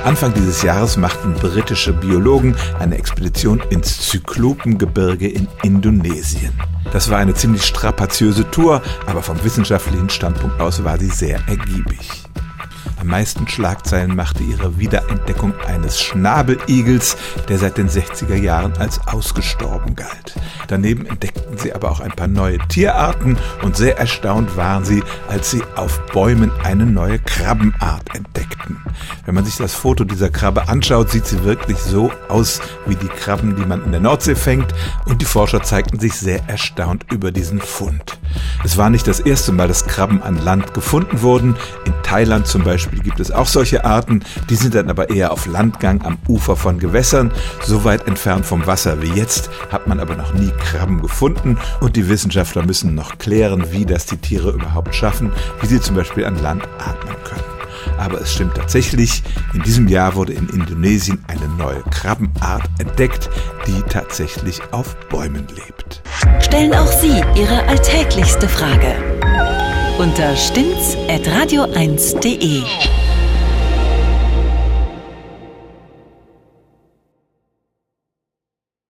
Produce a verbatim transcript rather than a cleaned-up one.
Anfang dieses Jahres machten britische Biologen eine Expedition ins Zyklopengebirge in Indonesien. Das war eine ziemlich strapaziöse Tour, aber vom wissenschaftlichen Standpunkt aus war sie sehr ergiebig. Am meisten Schlagzeilen machte ihre Wiederentdeckung eines Schnabeligels, der seit den sechziger Jahren als ausgestorben galt. Daneben entdeckten sie aber auch ein paar neue Tierarten und sehr erstaunt waren sie, als sie auf Bäumen eine neue Krabbenart entdeckten. Wenn man sich das Foto dieser Krabbe anschaut, sieht sie wirklich so aus wie die Krabben, die man in der Nordsee fängt, und die Forscher zeigten sich sehr erstaunt über diesen Fund. Es war nicht das erste Mal, dass Krabben an Land gefunden wurden. In Thailand zum Beispiel gibt es auch solche Arten, die sind dann aber eher auf Landgang am Ufer von Gewässern. So weit entfernt vom Wasser wie jetzt hat man aber noch nie Krabben gefunden und die Wissenschaftler müssen noch klären, wie das die Tiere überhaupt schaffen, wie sie zum Beispiel an Land atmen können. Aber es stimmt tatsächlich, in diesem Jahr wurde in Indonesien eine neue Krabbenart entdeckt, die tatsächlich auf Bäumen lebt. Stellen auch Sie Ihre alltäglichste Frage unter stimmt's at radio eins punkt de.